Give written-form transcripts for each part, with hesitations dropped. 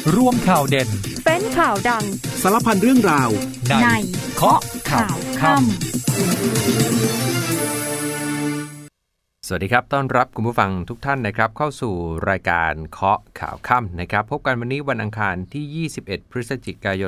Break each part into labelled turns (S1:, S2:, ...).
S1: รวมข่าวเด่น
S2: เป็นข่าวดัง
S3: สารพันเรื่องราว
S2: ในเคาะข่าวค่ำ
S4: สวัสดีครับต้อนรับคุณผู้ฟังทุกท่านนะครับเข้าสู่รายการเคาะข่าวค่ำนะครับพบกันวันนี้วันอังคารที่21พฤศจิกายน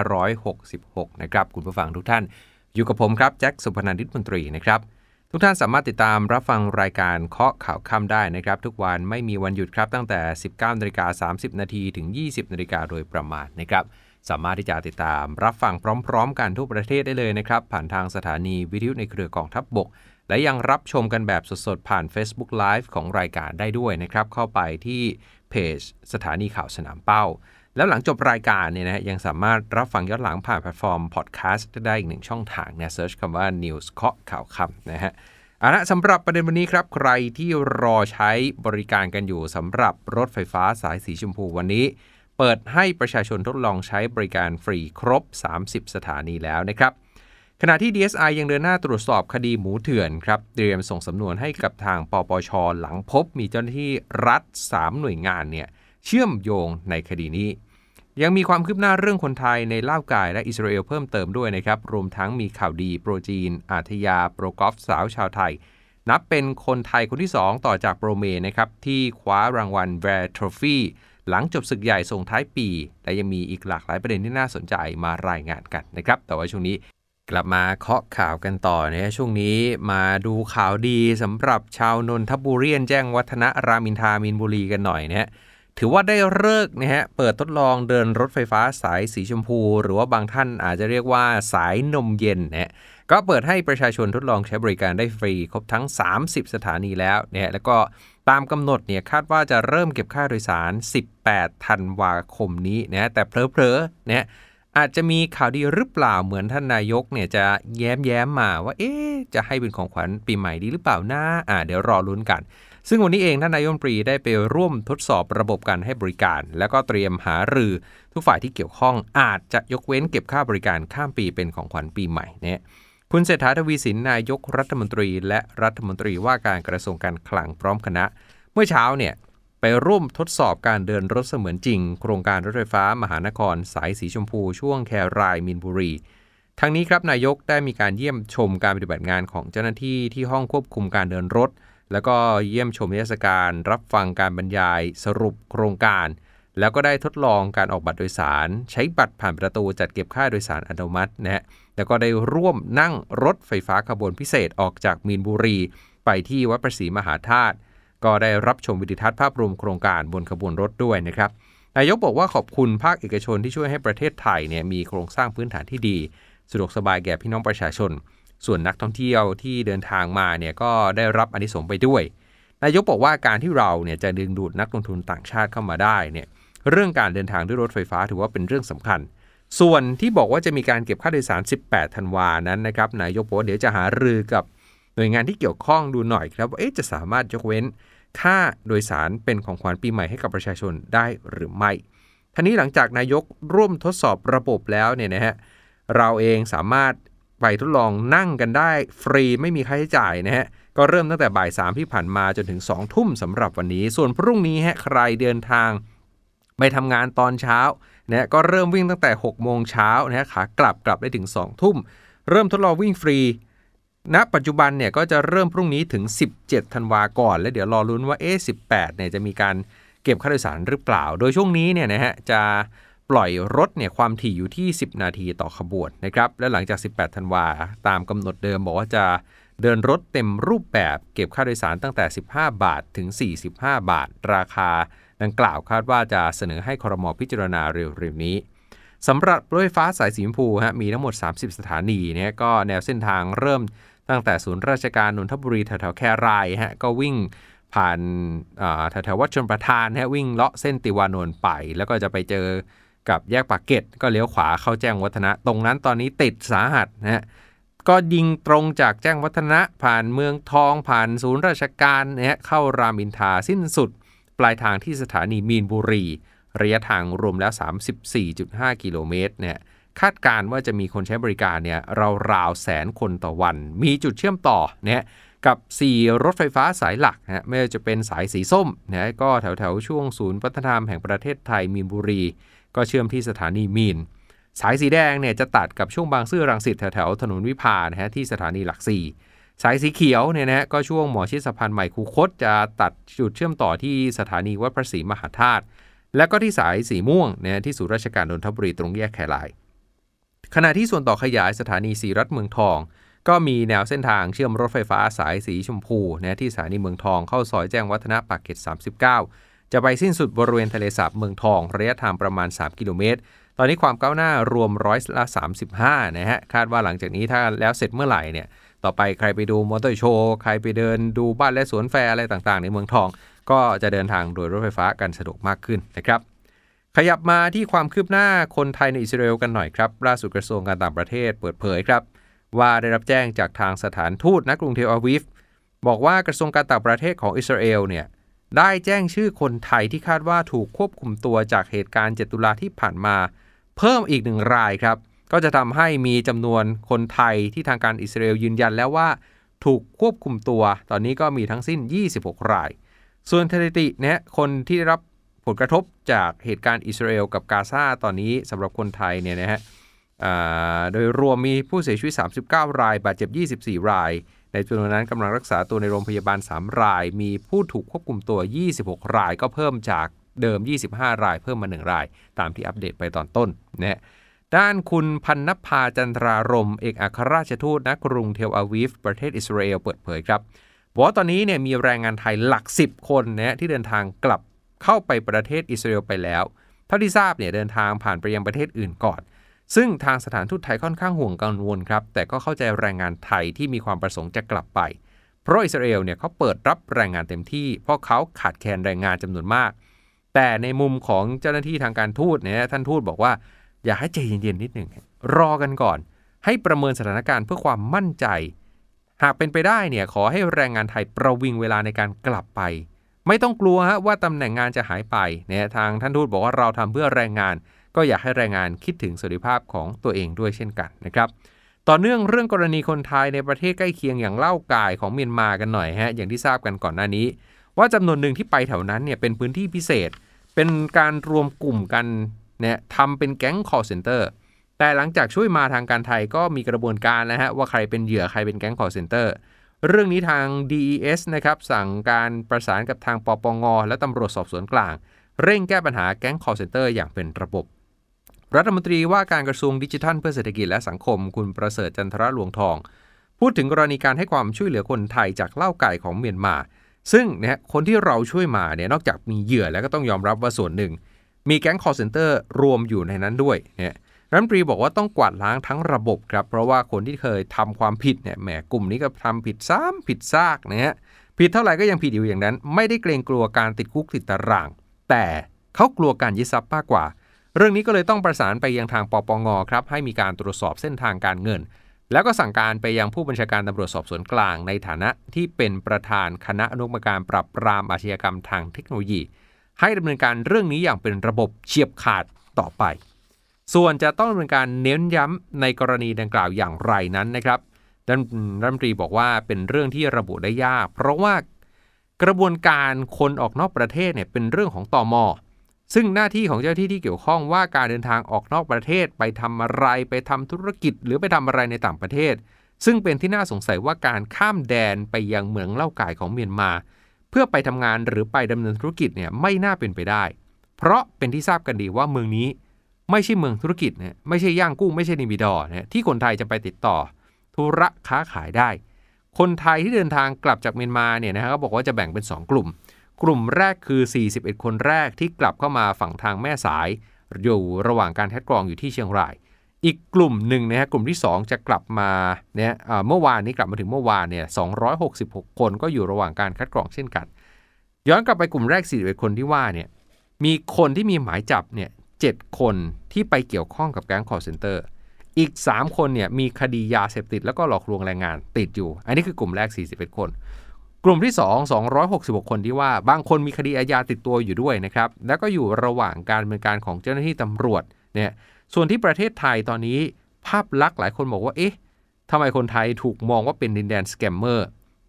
S4: 2566นะครับคุณผู้ฟังทุกท่านอยู่กับผมครับแจ็คสุพนันท์ นิตมนตรีนะครับทุกท่านสามารถติดตามรับฟังรายการเคาะข่าวค่ำได้นะครับทุกวันไม่มีวันหยุดครับตั้งแต่ 19:30 นถึง 20:00 นโดยประมาณนะครับสามารถที่จะติดตามรับฟังพร้อมๆกันทั่วประเทศได้เลยนะครับผ่านทางสถานีวิทยุในเครือกองทัพบกและยังรับชมกันแบบสดๆผ่าน Facebook Live ของรายการได้ด้วยนะครับเข้าไปที่เพจสถานีข่าวสนามเป้าแล้วหลังจบรายการเนี่ยนะยังสามารถรับฟังย้อนหลังผ่านแพลตฟอร์มพอดแคสต์ได้อีกหนึ่งช่องทางนะเซิร์ชคำว่า News เคาะข่าวค่ำนะฮะสำหรับประเด็นวันนี้ครับใครที่รอใช้บริการกันอยู่สำหรับรถไฟฟ้าสายสีชมพูวันนี้เปิดให้ประชาชนทดลองใช้บริการฟรีครบ30สถานีแล้วนะครับขณะที่ DSI ยังเดินหน้าตรวจสอบคดีหมูเถื่อนครับเตรียมส่งสำนวนให้กับทางปปช.หลังพบมีเจ้าหน้าที่รัฐ3หน่วยงานเนี่ยเชื่อมโยงในคดีนี้ยังมีความคืบหน้าเรื่องคนไทยในลาวกายและอิสราเอลเพิ่มเติมด้วยนะครับรวมทั้งมีข่าวดีโปรจีนอาทยาโปรกอล์ฟสาวชาวไทยนับเป็นคนไทยคนที่2ต่อจากโปรเมนะครับที่คว้ารางวัล Rare Trophy หลังจบศึกใหญ่ส่งท้ายปีและยังมีอีกหลากหลายประเด็นที่น่าสนใจมารายงานกันนะครับแต่ว่าช่วงนี้กลับมาเคาะข่าวกันต่อนะช่วงนี้มาดูข่าวดีสำหรับชาวนนทบุรีแจ้งวัฒนะรามอินทรามีนบุรีกันหน่อยนะฮะถือว่าได้ฤกษ์นะฮะเปิดทดลองเดินรถไฟฟ้าสายสีชมพูหรือว่าบางท่านอาจจะเรียกว่าสายนมเย็นนะก็เปิดให้ประชาชนทดลองใช้บริการได้ฟรีครบทั้ง30สถานีแล้วเนี่ยแล้วก็ตามกำหนดเนี่ยคาดว่าจะเริ่มเก็บค่าโดยสาร18ธันวาคมนี้นะแต่เพลอๆนะอาจจะมีข่าวดีหรือเปล่าเหมือนท่านนายกเนี่ยจะแย้มมาว่าจะให้เป็นของขวัญปีใหม่ดีหรือเปล่านะเดี๋ยวรอลุ้นกันซึ่งวันนี้เองท่านนายกรัฐมนตรีได้ไปร่วมทดสอบระบบการให้บริการแล้วก็เตรียมหารือทุกฝ่ายที่เกี่ยวข้องอาจจะยกเว้นเก็บค่าบริการข้ามปีเป็นของขวัญปีใหม่เนี่ยคุณเศรษฐา ทวีสินนายกรัฐมนตรีและรัฐมนตรีว่าการกระทรวงการคลังพร้อมคณะเมื่อเช้าเนี่ยไปร่วมทดสอบการเดินรถเสมือนจริงโครงการรถไฟฟ้ามหานครสายสีชมพูช่วงแครายมีนบุรีทั้งนี้ครับนายกได้มีการเยี่ยมชมการปฏิบัติงานของเจ้าหน้าที่ที่ห้องควบคุมการเดินรถแล้วก็เยี่ยมชมนิทรรศการรับฟังการบรรยายสรุปโครงการแล้วก็ได้ทดลองการออกบัตรโดยสารใช้บัตรผ่านประตูจัดเก็บค่าโดยสารอัตโนมัตินะฮะแล้วก็ได้ร่วมนั่งรถไฟฟ้าขบวนพิเศษออกจากมีนบุรีไปที่วัดพระศรีมหาธาตุก็ได้รับชมวิดีทัศน์ภาพรวมโครงการบนขบวนรถด้วยนะครับนายกบอกว่าขอบคุณภาคเอกชนที่ช่วยให้ประเทศไทยเนี่ยมีโครงสร้างพื้นฐานที่ดีสะดวกสบายแก่พี่น้องประชาชนส่วนนักท่องเที่ยวที่เดินทางมาเนี่ยก็ได้รับอานิสงส์ไปด้วยนายกบอกว่าการที่เราเนี่ยจะดึงดูดนักลงทุนต่างชาติเข้ามาได้เนี่ยเรื่องการเดินทางด้วยรถไฟฟ้าถือว่าเป็นเรื่องสำคัญส่วนที่บอกว่าจะมีการเก็บค่าโดยสาร18ธันวานั้นนะครับนายกบอกว่าเดี๋ยวจะหารือกับหน่วยงานที่เกี่ยวข้องดูหน่อยครับว่าจะสามารถยกเว้นค่าโดยสารเป็นของขวัญปีใหม่ให้กับประชาชนได้หรือไม่ทีนี้หลังจากนายกร่วมทดสอบระบบแล้วเนี่ยนะฮะเราเองสามารถไปทดลองนั่งกันได้ฟรีไม่มีค่าใช้จ่ายนะฮะก็เริ่มตั้งแต่บ่าย3ที่ผ่านมาจนถึง2ทุ่มสำหรับวันนี้ส่วนพรุ่งนี้ใครเดินทางไปทำงานตอนเช้านะก็เริ่มวิ่งตั้งแต่6โมงเช้านะขากลับได้ถึง2ทุ่มเริ่มทดลองวิ่งฟรีณปัจจุบันเนี่ยก็จะเริ่มพรุ่งนี้ถึง17ธันวาก่อนแล้วเดี๋ยวรอลุ้นว่า18เนี่ยจะมีการเก็บค่าโดยสารหรือเปล่าโดยช่วงนี้เนี่ยนะฮะจะปล่อยรถเนี่ยความถี่อยู่ที่10นาทีต่อขบวนนะครับและหลังจาก18ธันวาตามกำหนดเดิมบอกว่าจะเดินรถเต็มรูปแบบเก็บค่าโดยสารตั้งแต่15บาทถึง45บาทราคาดังกล่าวคาดว่าจะเสนอให้ครม.พิจารณาเร็วๆนี้สำหรับรถไฟฟ้าสายสีชมพูมีทั้งหมด30สถานีเนี่ยก็แนวเส้นทางเริ่มตั้งแต่ศูนย์ราชการนนทบุรีแถวๆแครายก็วิ่งผ่านแถวๆวัดชลประทานวิ่งเลาะเส้นติวานนท์ไปแล้วก็จะไปเจอกับแยกปากเกร็ดก็เลี้ยวขวาเข้าแจ้งวัฒนะตรงนั้นตอนนี้ติดสาหัสนะฮะก็ยิงตรงจากแจ้งวัฒนะผ่านเมืองทองผ่านศูนย์ราชการเข้ารามอินทราสิ้นสุดปลายทางที่สถานีมีนบุรีระยะทางรวมแล้ว 34.5 กิโลเมตรเนี่ยคาดการณ์ว่าจะมีคนใช้บริการเนี่ยราวๆ100,000 คนต่อวันมีจุดเชื่อมต่อเนี่ยกับ4รถไฟฟ้าสายหลักนะไม่ว่าจะเป็นสายสีส้มนะก็แถวช่วงศูนย์วัฒนธรรมแห่งประเทศไทยมีนบุรีก็เชื่อมที่สถานีมีนสายสีแดงเนี่ยจะตัดกับช่วงบางซื่อรังสิตแถวถนนวิภานะฮะที่สถานีหลัก4สายสีเขียวเนี่ยนะก็ช่วงหมอชิดสะพานใหม่คูคตจะตัดจุดเชื่อมต่อที่สถานีวัดพระศรีมหาธาตุและก็ที่สายสีม่วงเนี่ยที่ศูนย์ราชการนนทบุรีตรงแยกแคลายขณะที่ส่วนต่อขยายสถานีศรีรัตน์เมืองทองก็มีแนวเส้นทางเชื่อมรถไฟฟ้าสายสีชมพูนะที่สถานีเมืองทองเข้าซอยแจ้งวัฒนะปากเกร็ด39จะไปสิ้นสุดบริเวณทะเลสาบเมืองทองระยะทางประมาณ3กิโลเมตรตอนนี้ความก้าวหน้ารวม35%นะฮะคาดว่าหลังจากนี้ถ้าแล้วเสร็จเมื่อไหร่เนี่ยต่อไปใครไปดูมอเตอร์โชว์ใครไปเดินดูบ้านและสวนแฟร์อะไรต่างๆในเมืองทองก็จะเดินทางโดยรถไฟฟ้ากันสะดวกมากขึ้นนะครับขยับมาที่ความคืบหน้าคนไทยในอิสราเอลกันหน่อยครับล่าสุดกระทรวงการต่างประเทศเปิดเผยครับว่าได้รับแจ้งจากทางสถานทูตณกรุงเทลอาวีฟบอกว่ากระทรวงการต่างประเทศของอิสราเอลเนี่ยได้แจ้งชื่อคนไทยที่คาดว่าถูกควบคุมตัวจากเหตุการณ์7 ตุลาที่ผ่านมาเพิ่มอีก1 รายครับก็จะทำให้มีจำนวนคนไทยที่ทางการอิสราเอลยืนยันแล้วว่าถูกควบคุมตัวตอนนี้ก็มีทั้งสิ้น26 รายส่วนสถิติเนี่ยคนที่ได้รับผลกระทบจากเหตุการณ์อิสราเอลกับกาซาตอนนี้สำหรับคนไทยเนี่ยนะฮะโดยรวมมีผู้เสียชีวิต39 รายบาดเจ็บ24 รายในจำนวนนั้นกำลังรักษาตัวในโรงพยาบาล3 รายมีผู้ถูกควบคุมตัว26 รายก็เพิ่มจากเดิม25 รายเพิ่มมา1 รายตามที่อัปเดตไปตอนต้นนะด้านคุณพันนภาจันทรารมเอกอัครราชทูตณกรุงเทลอาวีฟประเทศอิสราเอลเปิดเผยครับว่าตอนนี้เนี่ยมีแรงงานไทยหลัก10 คนนะที่เดินทางกลับเข้าไปประเทศอิสราเอลไปแล้วเท่าที่ทราบเนี่ยเดินทางผ่านไปยังประเทศอื่นก่อนซึ่งทางสถานทูตไทยค่อนข้างห่วงกังวลครับแต่ก็เข้าใจแรงงานไทยที่มีความประสงค์จะกลับไปเพราะอิสราเอลเนี่ยเขาเปิดรับแรงงานเต็มที่เพราะเขาขาดแคลนแรงงานจำนวนมากแต่ในมุมของเจ้าหน้าที่ทางการทูตเนี่ยท่านทูตบอกว่าอยากให้ใจเย็นๆนิดหนึ่งรอกันก่อนให้ประเมินสถานการณ์เพื่อความมั่นใจหากเป็นไปได้เนี่ยขอให้แรงงานไทยประวิงเวลาในการกลับไปไม่ต้องกลัวว่าตำแหน่งงานจะหายไปเนี่ยทางท่านทูตบอกว่าเราทำเพื่อแรงงานก็อยากให้แรงงานคิดถึงสวัสดิภาพของตัวเองด้วยเช่นกันนะครับต่อเนื่องเรื่องกรณีคนไทยในประเทศใกล้เคียงอย่างเล่าก่ายของเมียนมากันหน่อยฮะอย่างที่ทราบกันก่อนหน้านี้ว่าจำนวนหนึ่งที่ไปแถวนั้นเนี่ยเป็นพื้นที่พิเศษเป็นการรวมกลุ่มกันเนี่ยทำเป็นแก๊ง call center แต่หลังจากช่วยมาทางการไทยก็มีกระบวนการนะฮะว่าใครเป็นเหยื่อใครเป็นแก๊ง call center เรื่องนี้ทาง DES นะครับสั่งการประสานกับทางปปง.และตำรวจสอบสวนกลางเร่งแก้ปัญหาแก๊ง call center อย่างเป็นระบบรัฐมนตรีว่าการกระทรวงดิจิทัลเพื่อเศรษฐกิจและสังคมคุณประเสริฐจันทรหลวงทองพูดถึงกรณีการให้ความช่วยเหลือคนไทยจากเล่าไก่ของเมียนมาซึ่งเนี่ยคนที่เราช่วยมาเนี่ยนอกจากมีเหยื่อแล้วก็ต้องยอมรับว่าส่วนหนึ่งมีแก๊ง call center รวมอยู่ในนั้นด้วยเนี่ยรัฐมนตรีบอกว่าต้องกวาดล้างทั้งระบบครับเพราะว่าคนที่เคยทำความผิดเนี่ยแหมกลุ่มนี้ก็ทำผิดซ้ำผิดซากนะฮะผิดเท่าไหร่ก็ยังผิดอยู่อย่างนั้นไม่ได้เกรงกลัวการติดคุกติดตารางแต่เขากลัวการยึดทรัพย์มากกว่าเรื่องนี้ก็เลยต้องประสานไปยังทางปปง.ครับให้มีการตรวจสอบเส้นทางการเงินแล้วก็สั่งการไปยังผู้บัญชาการตำรวจสอบสวนกลางในฐานะที่เป็นประธานคณะอนุกรรมการปราบปรามอาชญากรรมทางเทคโนโลยีให้ดำเนินการเรื่องนี้อย่างเป็นระบบเฉียบขาดต่อไปส่วนจะต้องดำเนินการเน้นย้ำในกรณีดังกล่าวอย่างไรนั้นนะครับรัฐมนตรีบอกว่าเป็นเรื่องที่ระบุได้ยากเพราะว่ากระบวนการคนออกนอกประเทศเนี่ยเป็นเรื่องของตม.ซึ่งหน้าที่ของเจ้าที่ที่เกี่ยวข้องว่าการเดินทางออกนอกประเทศไปทำอะไรไปทำธุรกิจหรือไปทำอะไรในต่างประเทศซึ่งเป็นที่น่าสงสัยว่าการข้ามแดนไปยังเมืองเล่าก่ายของเมียนมาเพื่อไปทำงานหรือไปดำเนินธุรกิจเนี่ยไม่น่าเป็นไปได้เพราะเป็นที่ทราบกันดีว่าเมืองนี้ไม่ใช่เมืองธุรกิจเนี่ยไม่ใช่ย่างกุ้งไม่ใช่นิมิดอร์เนี่ยที่คนไทยจะไปติดต่อธุรค้าขายได้คนไทยที่เดินทางกลับจากเมียนมาเนี่ยนะฮะเขาบอกว่าจะแบ่งเป็น2 กลุ่มแรกคือ41 คนแรกที่กลับเข้ามาฝั่งทางแม่สายอยู่ระหว่างการคัดกรองอยู่ที่เชียงรายอีกกลุ่มหนึ่งนะฮะกลุ่มที่2จะกลับมาเนี่ยเมื่อวานนี้กลับมาถึงเมื่อวานเนี่ย266 คนก็อยู่ระหว่างการคัดกรองเช่นกันย้อนกลับไปกลุ่มแรก41 คนที่ว่าเนี่ยมีคนที่มีหมายจับเนี่ย7 คนที่ไปเกี่ยวข้องกับแก๊ง call center อีก3 คนเนี่ยมีคดียาเสพติดแล้วก็หลอกลวงแรงงานติดอยู่อันนี้คือกลุ่มแรก41 คนกลุ่มที่266 คนที่ว่าบางคนมีคดีอาญาติดตัวอยู่ด้วยนะครับแล้วก็อยู่ระหว่างการดำเนินการของเจ้าหน้าที่ตำรวจเนี่ยส่วนที่ประเทศไทยตอนนี้ภาพลักษณ์หลายคนบอกว่าเอ๊ะทำไมคนไทยถูกมองว่าเป็นดินแดนสแกมเมอร์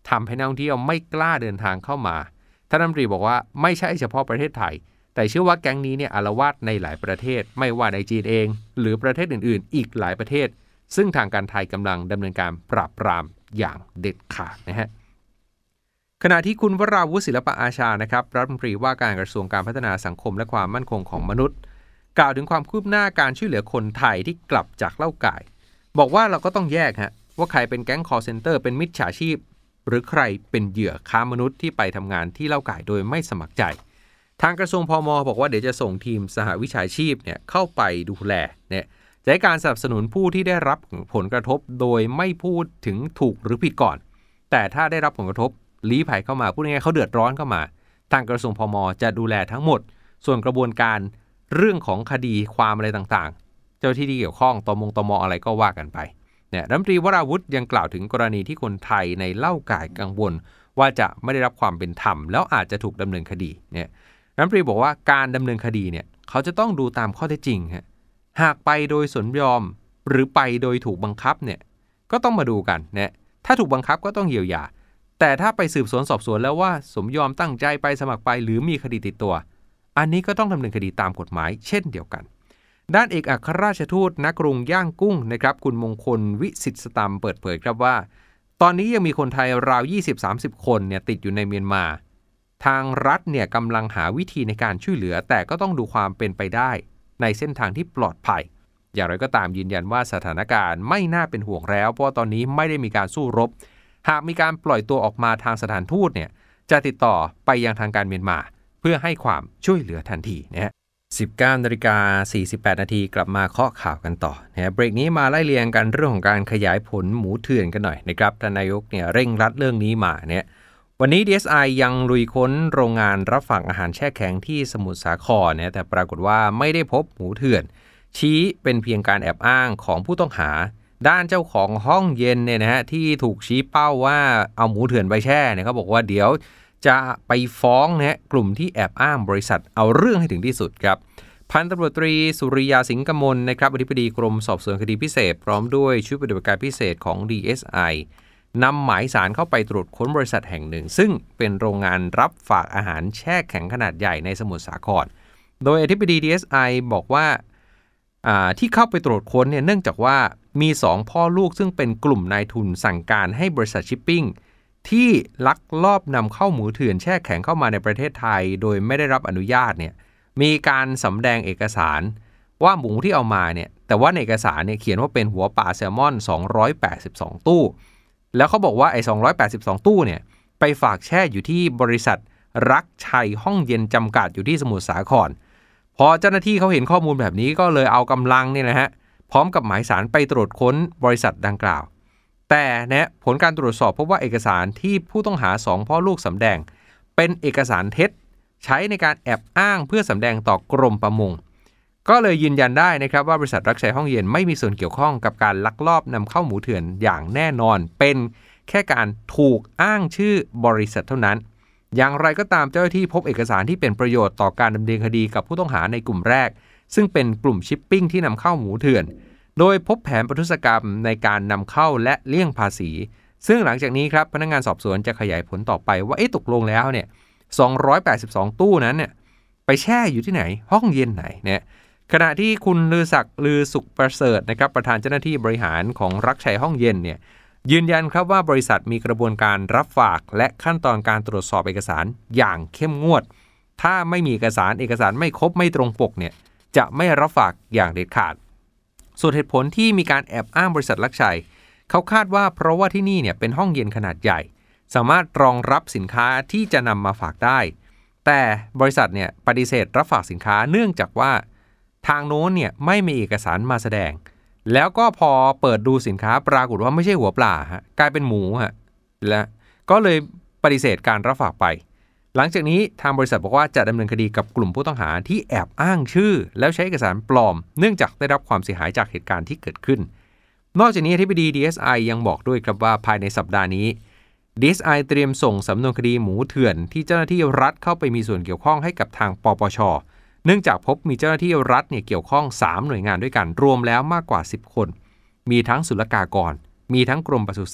S4: ทำให้นักท่องเที่ยวไม่กล้าเดินทางเข้ามาท่านรัฐมนตรีบอกว่าไม่ใช่เฉพาะประเทศไทยแต่เชื่อว่าแก๊งนี้เนี่ยอาละวาดในหลายประเทศไม่ว่าในจีนเองหรือประเทศอื่นๆอีกหลายประเทศซึ่งทางการไทยกำลังดำเนินการปราบปรามอย่างเด็ดขาดนะฮะขณะที่คุณวราวุฒิศิลปะอาชานะครับรัฐมนตรีว่าการกระทรวงการพัฒนาสังคมและความมั่นคงของมนุษย์กล่าวถึงความคืบหน้าการช่วยเหลือคนไทยที่กลับจากเหล้าก่ายบอกว่าเราก็ต้องแยกฮะว่าใครเป็นแก๊งคอลเซ็นเตอร์เป็นมิจฉาชีพหรือใครเป็นเหยื่อค้ามนุษย์ที่ไปทำงานที่เหล้าก่ายโดยไม่สมัครใจทางกระทรวงพม.บอกว่าเดี๋ยวจะส่งทีมสหวิชาชีพเนี่ยเข้าไปดูแลเนี่ยจะให้การสนับสนุนผู้ที่ได้รับผลกระทบโดยไม่พูดถึงถูกหรือผิดก่อนแต่ถ้าได้รับผลกระทบลี้ภัยเข้ามาพูดง่ายๆเขาเดือดร้อนเข้ามาทางกระทรวงพม.จะดูแลทั้งหมดส่วนกระบวนการเรื่องของคดีความอะไรต่างๆเจ้าที่ที่เกี่ยวข้องตม.อะไรก็ว่ากันไปเนี่ยรัฐมนตรีวราวุฒิยังกล่าวถึงกรณีที่คนไทยในเหล้าก่ายกังวลว่าจะไม่ได้รับความเป็นธรรมแล้วอาจจะถูกดำเนินคดีเนี่ยรัฐมนตรีบอกว่าการดำเนินคดีเนี่ยเขาจะต้องดูตามข้อเท็จจริงฮะหากไปโดยสมยอมหรือไปโดยถูกบังคับเนี่ยก็ต้องมาดูกันเนี่ยถ้าถูกบังคับก็ต้องเยียวยาแต่ถ้าไปสืบสวนสอบสวนแล้วว่าสมยอมตั้งใจไปสมัครไปหรือมีคดีติดตัวอันนี้ก็ต้องดำเนินคดีตามกฎหมายเช่นเดียวกันด้านเอกอัครราชทูตณกรุงย่างกุ้งนะครับคุณมงคลวิสิทธิสตัมเปิดเผยครับว่าตอนนี้ยังมีคนไทยราว 20-30 คนเนี่ยติดอยู่ในเมียนมาทางรัฐเนี่ยกำลังหาวิธีในการช่วยเหลือแต่ก็ต้องดูความเป็นไปได้ในเส้นทางที่ปลอดภัยอย่างไรก็ตามยืนยันว่าสถานการณ์ไม่น่าเป็นห่วงแล้วเพราะตอนนี้ไม่ได้มีการสู้รบหากมีการปล่อยตัวออกมาทางสถานทูตเนี่ยจะติดต่อไปยังทางการเมียนมาเพื่อให้ความช่วยเหลือทันทีนะฮะ 19:48 นาทีกลับมาเคาะข่าวกันต่อนะเบรกนี้มาไล่เรียงกันเรื่องของการขยายผลหมูเถื่อนกันหน่อยนะครับท่านนายกเนี่ยเร่งรัดเรื่องนี้มาเนี่ยวันนี้ DSI ยังลุยค้นโรงงานรับฝากอาหารแช่แข็งที่สมุทรสาครเนี่ยแต่ปรากฏว่าไม่ได้พบหมูเถื่อนชี้เป็นเพียงการแอบอ้างของผู้ต้องหาด้านเจ้าของห้องเย็นเนี่ยนะฮะที่ถูกชี้เป้าว่าเอาหมูเถื่อนไปแช่เนี่ยเขาบอกว่าเดี๋ยวจะไปฟ้องนะกลุ่มที่แอบอ้างบริษัทเอาเรื่องให้ถึงที่สุดครับพันตำรวจตรีสุริยาสิงห์กมลนะครับอธิบดีกรมสอบสวนคดีพิเศษพร้อมด้วยชุดปฏิบัติการพิเศษของ DSI นำหมายสารเข้าไปตรวจค้นบริษัทแห่งหนึ่งซึ่งเป็นโรงงานรับฝากอาหารแช่แข็งขนาดใหญ่ในสมุทรสาครโดยอธิบดี DSI บอกว่าที่เข้าไปตรวจค้นเนี่ยเนื่องจากว่ามี2พ่อลูกซึ่งเป็นกลุ่มนายทุนสั่งการให้บริษัทชิปปิ้งที่ลักลอบนำเข้าหมูเถื่อนแช่แข็งเข้ามาในประเทศไทยโดยไม่ได้รับอนุญาตเนี่ยมีการสำแดงเอกสารว่าหมูที่เอามาเนี่ยแต่ว่าในเอกสารเนี่ยเขียนว่าเป็นหัวปลาแซลมอน282ตู้แล้วเขาบอกว่าไอ้282ตู้เนี่ยไปฝากแช่อยู่ที่บริษัทรักชัยห้องเย็นจำกัดอยู่ที่สมุทรสาครพอเจ้าหน้าที่เขาเห็นข้อมูลแบบนี้ก็เลยเอากำลังเนี่ยนะฮะพร้อมกับหมายสารไปตรวจค้นบริษัทดังกล่าวแต่เนี่ยผลการตรวจสอบพบว่าเอกสารที่ผู้ต้องหา2พ่อลูกสำแดงเป็นเอกสารเท็จใช้ในการแอบอ้างเพื่อสำแดงต่อกรมประมงก็เลยยืนยันได้นะครับว่าบริษัทรักชัยห้องเย็นไม่มีส่วนเกี่ยวข้องกับการลักลอบนำเข้าหมูเถื่อนอย่างแน่นอนเป็นแค่การถูกอ้างชื่อบริษัทเท่านั้นอย่างไรก็ตามเจ้าหน้าที่พบเอกสารที่เป็นประโยชน์ต่อการดำเนินคดีกับผู้ต้องหาในกลุ่มแรกซึ่งเป็นกลุ่มชิปปิ้งที่นำเข้าหมูเถื่อนโดยพบแผนประทุษกรรมในการนำเข้าและเลี่ยงภาษีซึ่งหลังจากนี้ครับพนักงานสอบสวนจะขยายผลต่อไปว่าตกลงแล้วเนี่ย282ตู้นั้นเนี่ยไปแช่อยู่ที่ไหนห้องเย็นไหนเนี่ยขณะที่คุณลือศักดิ์ลือสุขประเสริฐนะครับประธานเจ้าหน้าที่บริหารของรักชัยห้องเย็นเนี่ยยืนยันครับว่าบริษัทมีกระบวนการรับฝากและขั้นตอนการตรวจสอบเอกสารอย่างเข้มงวดถ้าไม่มีเอกสารไม่ครบไม่ตรงปกเนี่ยจะไม่รับฝากอย่างเด็ดขาดส่วนเหตุผลที่มีการแอบอ้างบริษัทรักชัยเขาคาดว่าเพราะว่าที่นี่เนี่ยเป็นห้องเย็นขนาดใหญ่สามารถรองรับสินค้าที่จะนำมาฝากได้แต่บริษัทเนี่ยปฏิเสธรับฝากสินค้าเนื่องจากว่าทางโน้นเนี่ยไม่มีเอกสารมาแสดงแล้วก็พอเปิดดูสินค้าปรากฏว่าไม่ใช่หัวปลาฮะกลายเป็นหมูฮะและก็เลยปฏิเสธการรับฝากไปหลังจากนี้ทางบริษัทบอกว่าจะดำเนินคดีกับกลุ่มผู้ต้องหาที่แอบอ้างชื่อแล้วใช้เอกสารปลอมเนื่องจากได้รับความเสียหายจากเหตุการณ์ที่เกิดขึ้นนอกจากนี้อธิบดี DSI ยังบอกด้วยครับว่าภายในสัปดาห์นี้ DSI เตรียมส่งสำนวนคดีหมูเถื่อนที่เจ้าหน้าที่รัฐเข้าไปมีส่วนเกี่ยวข้องให้กับทางปปช.เนื่องจากพบมีเจ้าหน้าที่รัฐเนี่ยเกี่ยวข้อง3หน่วยงานด้วยกันรวมแล้วมากกว่า10คนมีทั้งศุลกากรมีทั้งกรมปศุสัตว์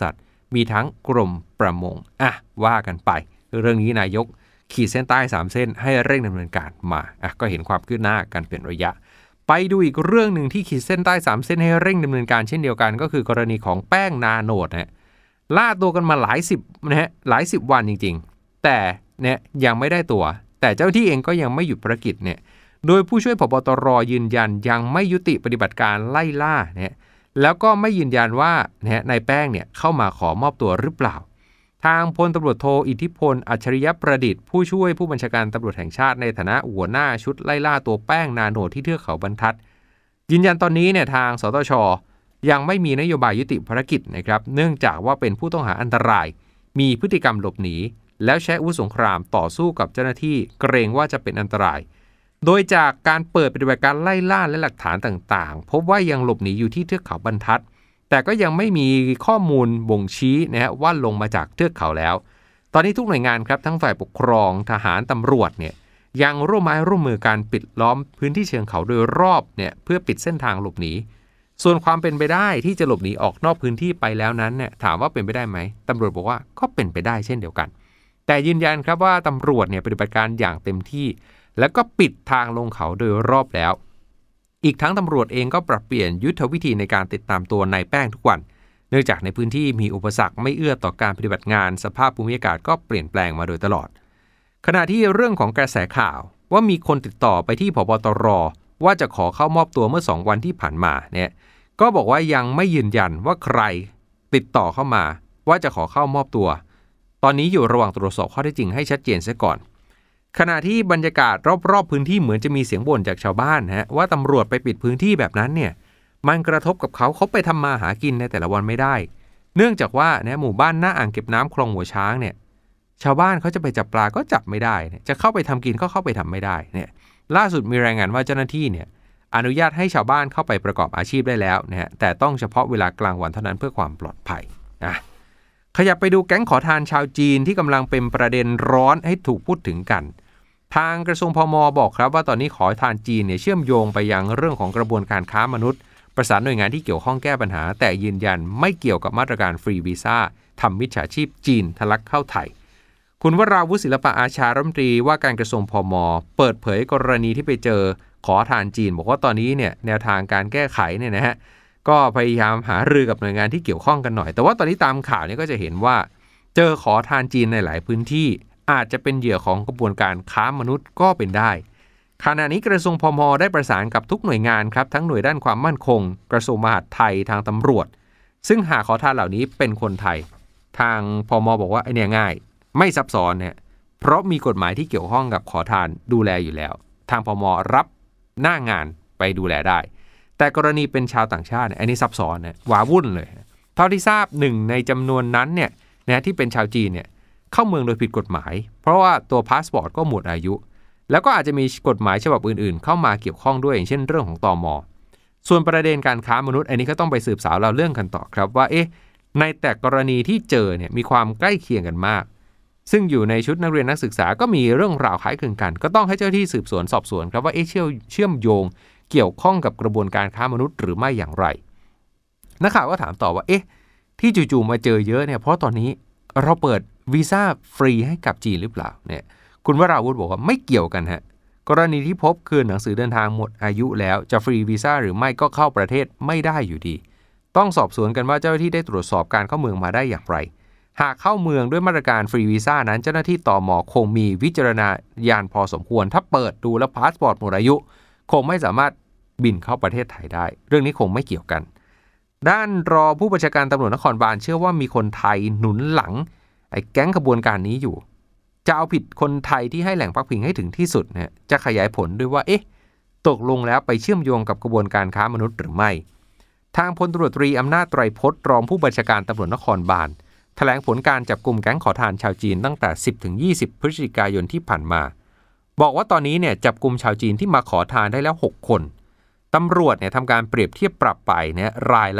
S4: มีทั้งกรมประมงว่ากันไปเรื่องนี้นายกขีดเส้นใต้3เส้นให้เร่งดำเนินการมาก็เห็นความคืบหน้ากันเป็นระยะไปดูอีกเรื่องนึงที่ขีดเส้นใต้3เส้นให้เร่งดำเนินการเช่นเดียวกันก็คือกรณีของแป้งนาโนดล่าตัวกันมาหลายสิบวันจริงๆแต่เนี่ยยังไม่ได้ตัวแต่เจ้าที่เองก็ยังไม่หยุดภารกิจเนี่ยโดยผู้ช่วยผบ.ตร.ยืนยันยังไม่ยุติปฏิบัติการไล่ล่าเนี่ยแล้วก็ไม่ยืนยันว่านายแป้งเนี่ยเข้ามาขอมอบตัวหรือเปล่าทางพลตำรวจโทอิทธิพลอัจฉริยประดิษฐ์ผู้ช่วยผู้บัญชาการตำรวจแห่งชาติในฐานะหัวหน้าชุดไล่ล่าตัวแป้งนาโนดที่เทือกเขาบรรทัดยืนยันตอนนี้เนี่ยทางสตช.ยังไม่มีนโยบายยุติภารกิจนะครับเนื่องจากว่าเป็นผู้ต้องหาอันตรายมีพฤติกรรมหลบหนีแล้วใช้อาวุธสงครามต่อสู้กับเจ้าหน้าที่เกรงว่าจะเป็นอันตรายโดยจากการเปิดปฏิบัติการไล่ล่าและหลักฐานต่างๆพบว่ายังหลบหนีอยู่ที่เทือกเขาบรรทัดแต่ก็ยังไม่มีข้อมูลบ่งชี้ว่าลงมาจากเทือกเขาแล้วตอนนี้ทุกหน่วยงานครับทั้งฝ่ายปกครองทหารตำรวจเนี่ยยังร่วมไม้ร่วมมือการปิดล้อมพื้นที่เชิงเขาโดยรอบเนี่ยเพื่อปิดเส้นทางหลบหนีส่วนความเป็นไปได้ที่จะหลบหนีออกนอกพื้นที่ไปแล้วนั้นเนี่ยถามว่าเป็นไปได้ไหมตำรวจบอกว่าก็เป็นไปได้เช่นเดียวกันแต่ยืนยันครับว่าตำรวจเนี่ยปฏิบัติการอย่างเต็มที่แล้วก็ปิดทางลงเขาโดยรอบแล้วอีกทั้งตำรวจเองก็ปรับเปลี่ยนยุทธวิธีในการติดตามตัวนายแป้งทุกวันเนื่องจากในพื้นที่มีอุปสรรคไม่เอื้อต่อการปฏิบัติงานสภาพภูมิอากาศก็เปลี่ยนแปลงมาโดยตลอดขณะที่เรื่องของกระแสข่าวว่ามีคนติดต่อไปที่ผบ.ตร.ว่าจะขอเข้ามอบตัวเมื่อ2วันที่ผ่านมาเนี่ยก็บอกว่ายังไม่ยืนยันว่าใครติดต่อเข้ามาว่าจะขอเข้ามอบตัวตอนนี้อยู่ระหว่างตรวจสอบข้อเท็จจริงให้ชัดเจนซะก่อนขณะที่บรรยากาศรอบๆพื้นที่เหมือนจะมีเสียงบ่นจากชาวบ้านว่าตำรวจไปปิดพื้นที่แบบนั้นเนี่ยมันกระทบกับเขาไปทำมาหากินในแต่ละวันไม่ได้เนื่องจากว่าหมู่บ้านหน้าอ่างเก็บน้ำคลองหัวช้างเนี่ยชาวบ้านเขาจะไปจับปลาก็จับไม่ได้จะเข้าไปทำกินก็เข้าไปทำไม่ได้เนี่ยล่าสุดมีรายงานว่าเจ้าหน้าที่เนี่ยอนุญาตให้ชาวบ้านเข้าไปประกอบอาชีพได้แล้วแต่ต้องเฉพาะเวลากลางวันเท่านั้นเพื่อความปลอดภัยขยับไปดูแก๊งขอทานชาวจีนที่กำลังเป็นประเด็นร้อนให้ถูกพูดถึงกันทางกระทรวงพม.บอกครับว่าตอนนี้ขอทานจีนเนี่ยเชื่อมโยงไปยังเรื่องของกระบวนการค้ามนุษย์ประสานหน่วยงานที่เกี่ยวข้องแก้ปัญหาแต่ยืนยันไม่เกี่ยวกับมาตรการฟรีวีซ่าทำมิจฉาชีพจีนทะลักเข้าไทยคุณวราวุฒิศิลปะอาชารัฐมนตรีว่าการกระทรวงพม.เปิดเผยกรณีที่ไปเจอขอทานจีนบอกว่าตอนนี้เนี่ยแนวทางการแก้ไขเนี่ยก็พยายามหารือกับหน่วยงานที่เกี่ยวข้องกันหน่อยแต่ว่าตอนนี้ตามข่าวเนี่ยก็จะเห็นว่าเจอขอทานจีนในหลายพื้นที่อาจจะเป็นเหยื่อของกระบวนการค้ามนุษย์ก็เป็นได้ขณะนี้กระทรวงพม.ได้ประสานกับทุกหน่วยงานครับทั้งหน่วยด้านความมั่นคงกระทรวงมหาดไทยทางตำรวจซึ่งหากขอทานเหล่านี้เป็นคนไทยทางพม.บอกว่าไอ้เนี่ยง่ายไม่ซับซ้อนเนี่ยเพราะมีกฎหมายที่เกี่ยวข้องกับขอทานดูแลอยู่แล้วทางพม.รับหน้างานไปดูแลได้แต่กรณีเป็นชาวต่างชาติอันนี้ซับซ้อนหวาวุ่นเลยเท่าที่ทราบหนึ่งในจำนวนนั้นเนี่ยที่เป็นชาวจีนเนี่ยเข้าเมืองโดยผิดกฎหมายเพราะว่าตัวพาสปอร์ตก็หมดอายุแล้วก็อาจจะมีกฎหมายฉบับอื่นๆเข้ามาเกี่ยวข้องด้วยอย่างเช่นเรื่องของตม.ส่วนประเด็นการค้ามนุษย์อันนี้ก็ต้องไปสืบสาวเราเรื่องกันต่อครับว่าในแต่กรณีที่เจอเนี่ยมีความใกล้เคียงกันมากซึ่งอยู่ในชุดนักเรียนนักศึกษาก็มีเรื่องราวคล้ายคลึงกันก็ต้องให้เจ้าที่สืบสวนสอบสวนครับว่าเชื่อมโยงเกี่ยวข้องกับกระบวนการค้ามนุษย์หรือไม่อย่างไรนักข่าวก็ถามต่อว่าที่จู่ๆมาเจอเยอะเนี่ยเพราะตอนนี้เราเปิดวีซ่าฟรีให้กับจีนหรือเปล่าเนี่ยคุณวราวุฒิบอกว่าไม่เกี่ยวกันกรณีที่พบคือหนังสือเดินทางหมดอายุแล้วจะฟรีวีซ่าหรือไม่ก็เข้าประเทศไม่ได้อยู่ดีต้องสอบสวนกันว่าเจ้าหน้าที่ได้ตรวจสอบการเข้าเมืองมาได้อย่างไรหากเข้าเมืองด้วยมาตรการฟรีวีซ่านั้นเจ้าหน้าที่ตม.คงมีวิจารณญาณพอสมควรถ้าเปิดดูแล้วพาสปอร์ตหมดอายุคงไม่สามารถบินเข้าประเทศไทยได้เรื่องนี้คงไม่เกี่ยวกันด้านรอผู้บัญชาการตำรวจนครบาลเชื่อว่ามีคนไทยหนุนหลังแก๊งขบวนการนี้อยู่จะเอาผิดคนไทยที่ให้แหล่งพักพิงให้ถึงที่สุดจะขยายผลด้วยว่าตกลงแล้วไปเชื่อมโยงกับกระบวนการค้ามนุษย์หรือไม่ทางพลตำรวจตรีอำนาจไตรพจน์รองผู้บัญชาการตำรวจนครบาลแถลงผลการจับกุมแก๊งขอทานชาวจีนตั้งแต่ 10-20 พฤศจิกายนที่ผ่านมาบอกว่าตอนนี้จับกุมชาวจีนที่มาขอทานได้แล้ว6คนตำรวจทำการเปรียบเทียบปรับไปรายละ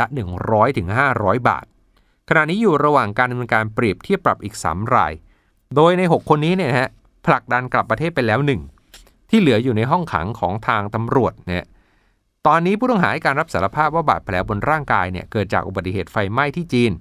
S4: 100-500 บาทขณะนี้อยู่ระหว่างการดำเนินการเปรียบเทียบปรับอีก3รายโดยใน6คนนี้ผลักดันกลับประเทศไปแล้ว1ที่เหลืออยู่ในห้องขังของทางตำรวจตอนนี้ผู้ต้องหาให้การรับสารภาพว่าบาดแผลบนร่างกายเกิดจากอุบัติเหตุไฟไหม้ที่จีน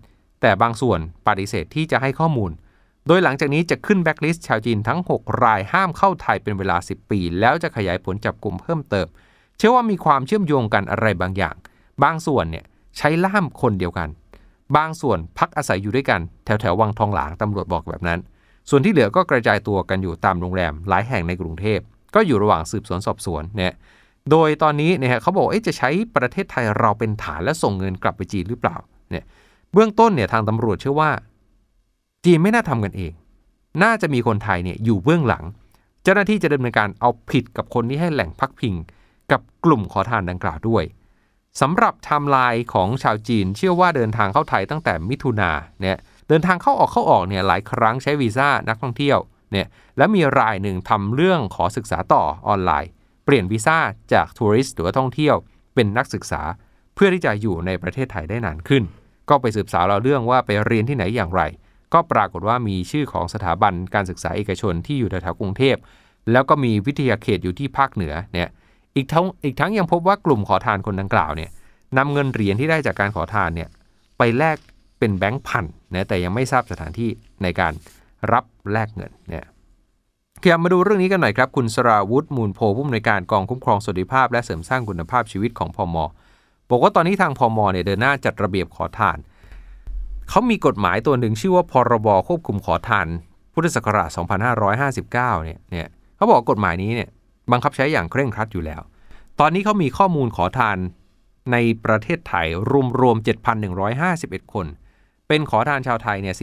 S4: แต่บางส่วนปฏิเสธที่จะให้ข้อมูลโดยหลังจากนี้จะขึ้นแบล็คลิสต์ชาวจีนทั้ง6รายห้ามเข้าไทยเป็นเวลา10ปีแล้วจะขยายผลจับกลุ่มเพิ่มเติมเชื่อว่ามีความเชื่อมโยงกันอะไรบางอย่างบางส่วนเนี่ยใช้ล่ามคนเดียวกันบางส่วนพักอาศัยอยู่ด้วยกันแถววังทองหลางตำรวจบอกแบบนั้นส่วนที่เหลือก็กระจายตัวกันอยู่ตามโรงแรมหลายแห่งในกรุงเทพก็อยู่ระหว่างสืบสวนสอบสวนเนี่ยโดยตอนนี้เนี่ยเขาบอกจะใช้ประเทศไทยเราเป็นฐานและส่งเงินกลับไปจีนหรือเปล่าเนี่ยเบื้องต้นเนี่ยทางตำรวจเชื่อว่าจีนไม่น่าทำกันเองน่าจะมีคนไทยเนี่ยอยู่เบื้องหลังเจ้าหน้าที่จะดำเนินการเอาผิดกับคนที่ให้แหล่งพักพิงกับกลุ่มขอทานดังกล่าวด้วยสำหรับไทม์ไลน์ของชาวจีนเชื่อว่าเดินทางเข้าไทยตั้งแต่มิถุนาเนี่ยเดินทางเข้าออกเนี่ยหลายครั้งใช้วีซ่านักท่องเที่ยวเนี่ยและมีรายหนึ่งทำเรื่องขอศึกษาต่อออนไลน์เปลี่ยนวีซ่าจากทัวริสต์หรือว่าท่องเที่ยวเป็นนักศึกษาเพื่อที่จะอยู่ในประเทศไทยได้นานขึ้นก็ไปสืบสาวเราเรื่องว่าไปเรียนที่ไหนอย่างไรก็ปรากฏว่ามีชื่อของสถาบันการศึกษาเอกชนที่อยู่แถวๆกรุงเทพแล้วก็มีวิทยาเขตอยู่ที่ภาคเหนือเนี่ยอีกทั้งยังพบว่ากลุ่มขอทานคนดังกล่าวเนี่ยนำเงินเหรียญที่ได้จากการขอทานเนี่ยไปแลกเป็นแบงค์พันนะแต่ยังไม่ทราบสถานที่ในการรับแลกเงินเนี่ยมาดูเรื่องนี้กันหน่อยครับคุณสราวุฒิมูลโพผู้อำนวยการกองคุ้มครองสวัสดิภาพและเสริมสร้างคุณภาพชีวิตของพม.บอกว่าตอนนี้ทางพม.เนี่ยเดินหน้าจัดระเบียบขอทานเขามีกฎหมายตัวหนึ่งชื่อว่าพรบควบคุมขอทานพุทธศักราช2559เนี่ยเขาบอกกฎหมายนี้เนี่ยบังคับใช้อย่างเคร่งครัดอยู่แล้วตอนนี้เขามีข้อมูลขอทานในประเทศไทยรวม 7,151 คนเป็นขอทานชาวไทยเนี่ย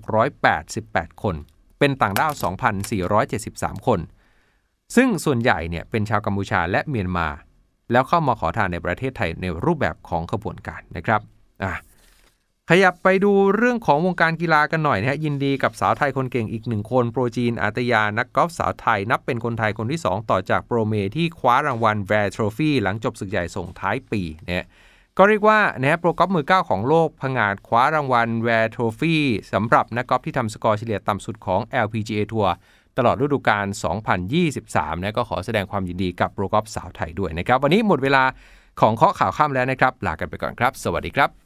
S4: 4,688 คนเป็นต่างด้าว 2,473 คนซึ่งส่วนใหญ่เนี่ยเป็นชาวกัมพูชาและเมียนมาแล้วเข้ามาขอทานในประเทศไทยในรูปแบบของขบวนการนะครับขยับไปดูเรื่องของวงการกีฬากันหน่อยนะฮะยินดีกับสาวไทยคนเก่งอีก1คนโปรจีนอาตยานักกอล์ฟสาวไทยนับเป็นคนไทยคนที่2ต่อจากโปรเมที่คว้ารางวัล Vare Trophy หลังจบศึกใหญ่ส่งท้ายปีเนี่ยก็เรียกว่านะฮะโปรกอล์ฟมือ9ของโลกผงาดคว้ารางวัล Vare Trophy สำหรับนักกอล์ฟที่ทำสกอร์เฉลี่ยต่ำสุดของ LPGA ทัวร์ตลอดฤดูกาล 2023 นะก็ขอแสดงความยินดีกับโปรกอล์ฟสาวไทยด้วยนะครับวันนี้หมดเวลาของเคาะข่าวค่ำแล้วนะครับลากันไปก่อนครับสวัสดีครับ